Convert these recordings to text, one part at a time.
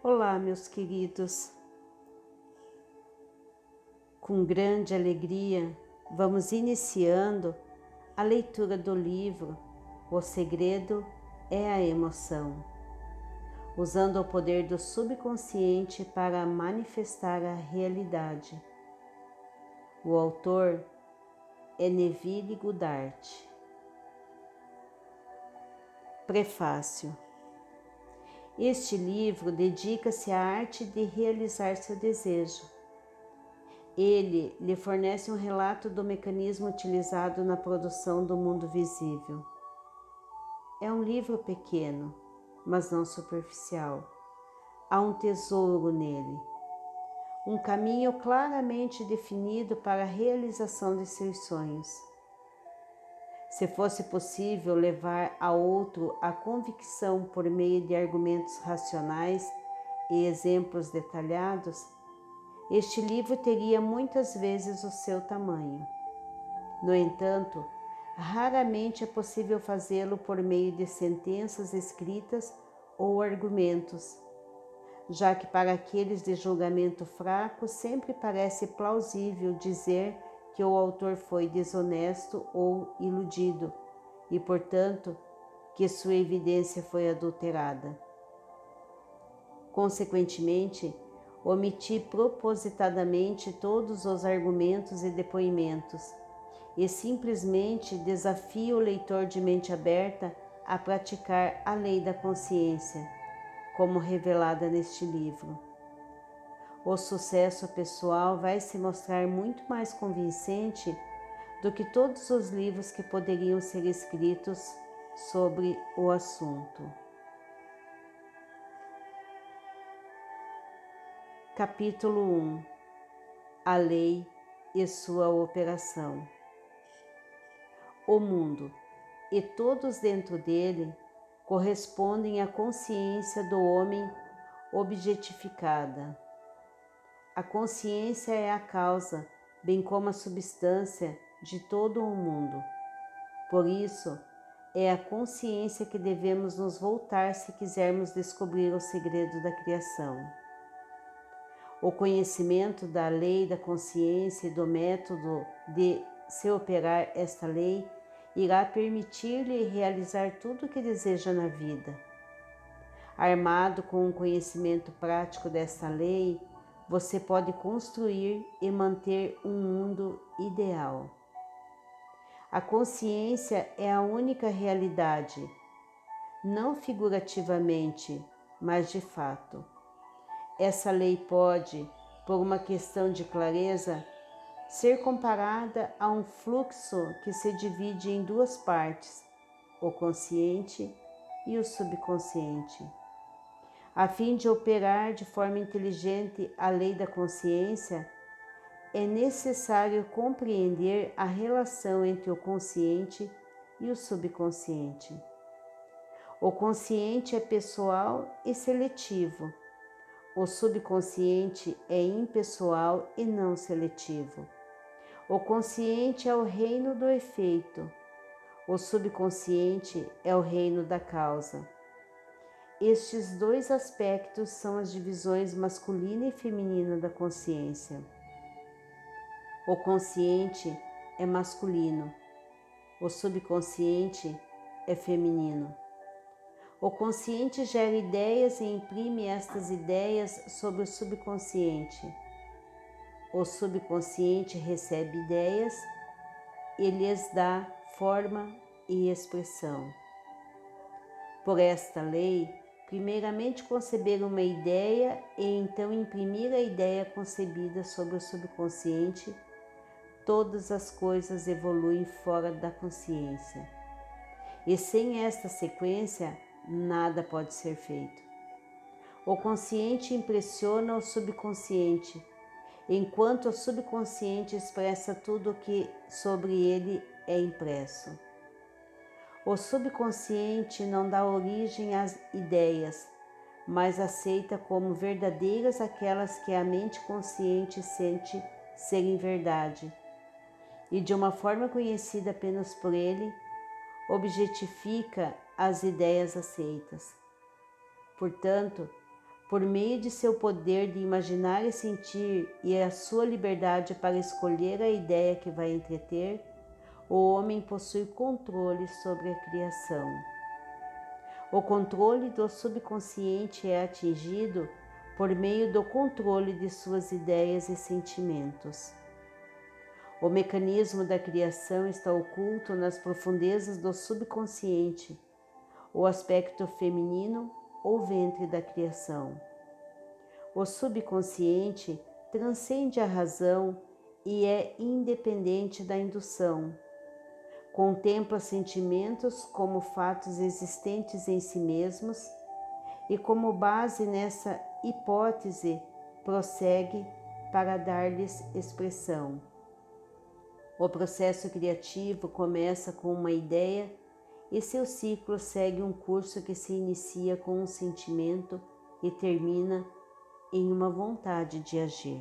Olá, meus queridos. Com grande alegria, vamos iniciando a leitura do livro O Segredo é a Emoção, usando o poder do subconsciente para manifestar a realidade. O autor é Neville Goddard. Prefácio. Este livro dedica-se à arte de realizar seu desejo. Ele lhe fornece um relato do mecanismo utilizado na produção do mundo visível. É um livro pequeno, mas não superficial. Há um tesouro nele, um caminho claramente definido para a realização de seus sonhos. Se fosse possível levar a outro a convicção por meio de argumentos racionais e exemplos detalhados, este livro teria muitas vezes o seu tamanho. No entanto, raramente é possível fazê-lo por meio de sentenças escritas ou argumentos, já que para aqueles de julgamento fraco sempre parece plausível dizer que o autor foi desonesto ou iludido e, portanto, que sua evidência foi adulterada. Consequentemente, omiti propositadamente todos os argumentos e depoimentos e simplesmente desafio o leitor de mente aberta a praticar a lei da consciência, como revelada neste livro. O sucesso pessoal vai se mostrar muito mais convincente do que todos os livros que poderiam ser escritos sobre o assunto. Capítulo 1. A lei e sua operação. O mundo e todos dentro dele correspondem à consciência do homem objetificada. A consciência é a causa, bem como a substância de todo o mundo. Por isso, é à consciência que devemos nos voltar se quisermos descobrir o segredo da criação. O conhecimento da lei da consciência e do método de se operar esta lei irá permitir-lhe realizar tudo o que deseja na vida. Armado com o conhecimento prático desta lei, você pode construir e manter um mundo ideal. A consciência é a única realidade, não figurativamente, mas de fato. Essa lei pode, por uma questão de clareza, ser comparada a um fluxo que se divide em duas partes, o consciente e o subconsciente. A fim de operar de forma inteligente a lei da consciência, é necessário compreender a relação entre o consciente e o subconsciente. O consciente é pessoal e seletivo. O subconsciente é impessoal e não seletivo. O consciente é o reino do efeito. O subconsciente é o reino da causa. Estes dois aspectos são as divisões masculina e feminina da consciência. O consciente é masculino, o subconsciente é feminino. O consciente gera ideias e imprime estas ideias sobre o subconsciente. O subconsciente recebe ideias e lhes dá forma e expressão. Por esta lei, primeiramente conceber uma ideia e então imprimir a ideia concebida sobre o subconsciente, todas as coisas evoluem fora da consciência. E sem esta sequência, nada pode ser feito. O consciente impressiona o subconsciente, enquanto o subconsciente expressa tudo o que sobre ele é impresso. O subconsciente não dá origem às ideias, mas aceita como verdadeiras aquelas que a mente consciente sente serem verdade, e de uma forma conhecida apenas por ele, objetifica as ideias aceitas. Portanto, por meio de seu poder de imaginar e sentir e a sua liberdade para escolher a ideia que vai entreter, o homem possui controle sobre a criação. O controle do subconsciente é atingido por meio do controle de suas ideias e sentimentos. O mecanismo da criação está oculto nas profundezas do subconsciente, o aspecto feminino ou ventre da criação. O subconsciente transcende a razão e é independente da indução. Contempla sentimentos como fatos existentes em si mesmos e, como base nessa hipótese, prossegue para dar-lhes expressão. O processo criativo começa com uma ideia e seu ciclo segue um curso que se inicia com um sentimento e termina em uma vontade de agir.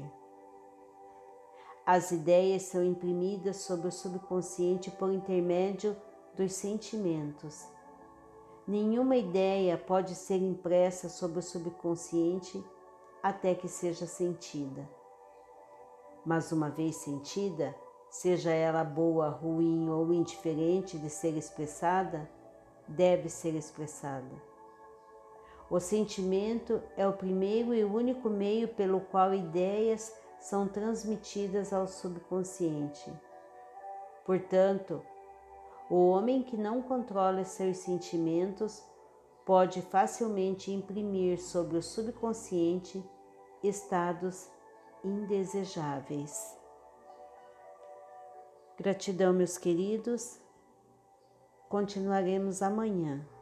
As ideias são imprimidas sobre o subconsciente por intermédio dos sentimentos. Nenhuma ideia pode ser impressa sobre o subconsciente até que seja sentida. Mas uma vez sentida, seja ela boa, ruim ou indiferente de ser expressada, deve ser expressada. O sentimento é o primeiro e único meio pelo qual ideias são transmitidas ao subconsciente. Portanto, o homem que não controla seus sentimentos pode facilmente imprimir sobre o subconsciente estados indesejáveis. Gratidão, meus queridos. Continuaremos amanhã.